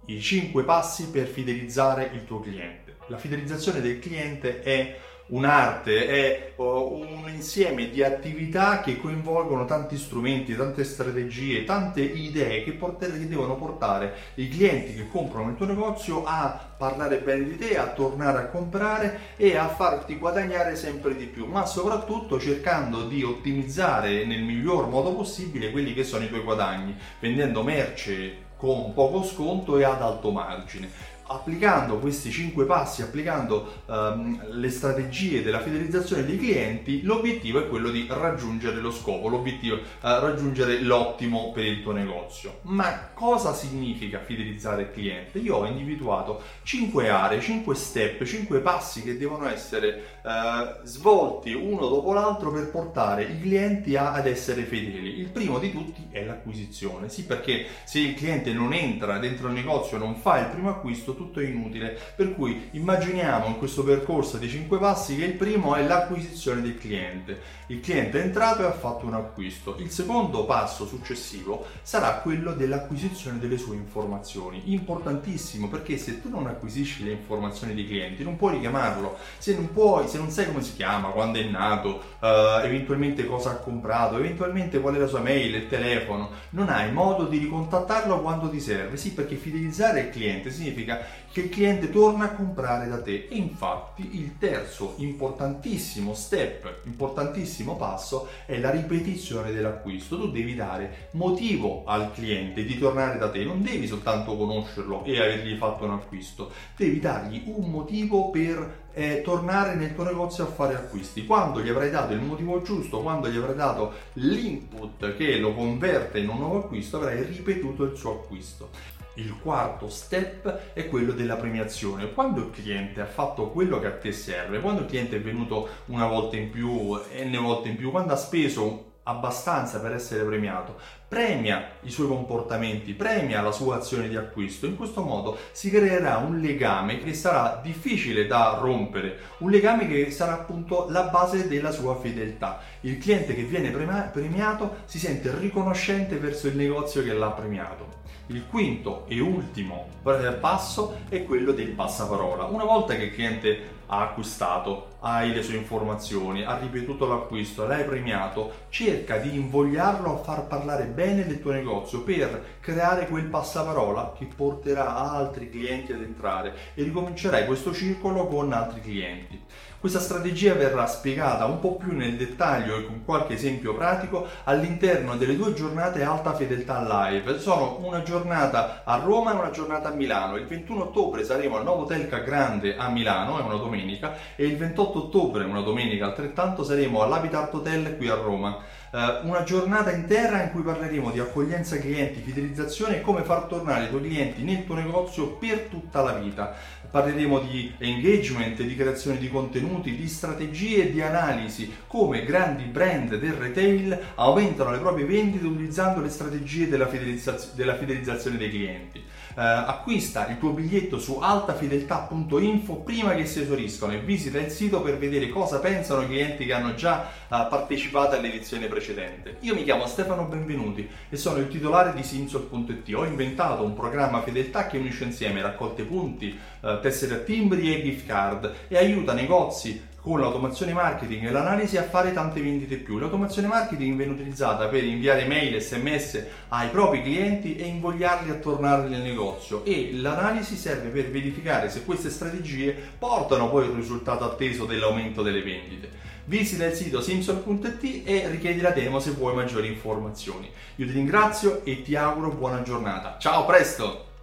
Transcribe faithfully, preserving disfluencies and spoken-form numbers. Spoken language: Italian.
i cinque passi per fidelizzare il tuo cliente. La fidelizzazione del cliente è un'arte, è un insieme di attività che coinvolgono tanti strumenti, tante strategie, tante idee che, portare, che devono portare i clienti che comprano il tuo negozio a parlare bene di te, a tornare a comprare e a farti guadagnare sempre di più, ma soprattutto cercando di ottimizzare nel miglior modo possibile quelli che sono i tuoi guadagni, vendendo merce con poco sconto e ad alto margine. Applicando questi cinque passi, applicando um, le strategie della fidelizzazione dei clienti, l'obiettivo è quello di raggiungere lo scopo, l'obiettivo è uh, raggiungere l'ottimo per il tuo negozio. Ma cosa significa fidelizzare il cliente? Io ho individuato cinque aree, cinque step, cinque passi che devono essere uh, svolti uno dopo l'altro per portare i clienti a, ad essere fedeli. Il primo di tutti è l'acquisizione, sì, perché se il cliente non entra dentro il negozio, non fa il primo acquisto, tutto è inutile. Per cui immaginiamo in questo percorso di cinque passi che il primo è l'acquisizione del cliente. Il cliente è entrato e ha fatto un acquisto. Il secondo passo successivo sarà quello dell'acquisizione delle sue informazioni. Importantissimo, perché se tu non acquisisci le informazioni dei clienti non puoi richiamarlo. Se non puoi, se non sai come si chiama, quando è nato, uh, eventualmente cosa ha comprato, eventualmente qual è la sua mail, il telefono, non hai modo di ricontattarlo quando ti serve. Sì, perché fidelizzare il cliente significa che il cliente torna a comprare da te. E infatti il terzo importantissimo step, importantissimo passo è la ripetizione dell'acquisto. Tu devi dare motivo al cliente di tornare da te, non devi soltanto conoscerlo e avergli fatto un acquisto, devi dargli un motivo per eh, tornare nel tuo negozio a fare acquisti. Quando gli avrai dato il motivo giusto, quando gli avrai dato l'input che lo converte in un nuovo acquisto, avrai ripetuto il suo acquisto. Il quarto step è quello della premiazione. Quando il cliente ha fatto quello che a te serve, quando il cliente è venuto una volta in più, n volte in più, quando ha speso abbastanza per essere premiato, premia i suoi comportamenti, premia la sua azione di acquisto. In questo modo si creerà un legame che sarà difficile da rompere, un legame che sarà appunto la base della sua fedeltà. Il cliente che viene premiato si sente riconoscente verso il negozio che l'ha premiato. Il quinto e ultimo passo è quello del passaparola. Una volta che il cliente ha acquistato, hai le sue informazioni, ha ripetuto l'acquisto, l'hai premiato, cerca di invogliarlo a far parlare bene del tuo negozio per creare quel passaparola che porterà altri clienti ad entrare e ricomincerai questo circolo con altri clienti. Questa strategia verrà spiegata un po' più nel dettaglio e con qualche esempio pratico all'interno delle due giornate Alta Fedeltà Live. Sono una giornata a Roma e una giornata a Milano. Il ventuno ottobre saremo al Novotel Ca' Grande a Milano, è una domenica, e il ventotto ottobre, una domenica altrettanto, saremo all'Habitat Hotel qui a Roma. Uh, una giornata intera in cui parleremo di accoglienza clienti, fidelizzazione e come far tornare i tuoi clienti nel tuo negozio per tutta la vita. Parleremo di engagement, di creazione di contenuti, di strategie e di analisi, come grandi brand del retail aumentano le proprie vendite utilizzando le strategie della, fidelizza- della fidelizzazione dei clienti. Uh, acquista il tuo biglietto su altafedeltà punto info prima che si esauriscano e visita il sito per vedere cosa pensano i clienti che hanno già uh, partecipato all'edizione precedente. Io mi chiamo Stefano Benvenuti e sono il titolare di Simsol punto it. Ho inventato un programma fedeltà che unisce insieme raccolte punti, uh, tessere a timbri e gift card e aiuta negozi con l'automazione marketing e l'analisi a fare tante vendite più. L'automazione marketing viene utilizzata per inviare mail, sms ai propri clienti e invogliarli a tornare nel negozio, e l'analisi serve per verificare se queste strategie portano poi il risultato atteso dell'aumento delle vendite. Visita il sito Simsol punto it e richiedi la demo se vuoi maggiori informazioni. Io ti ringrazio e ti auguro buona giornata. Ciao, a presto!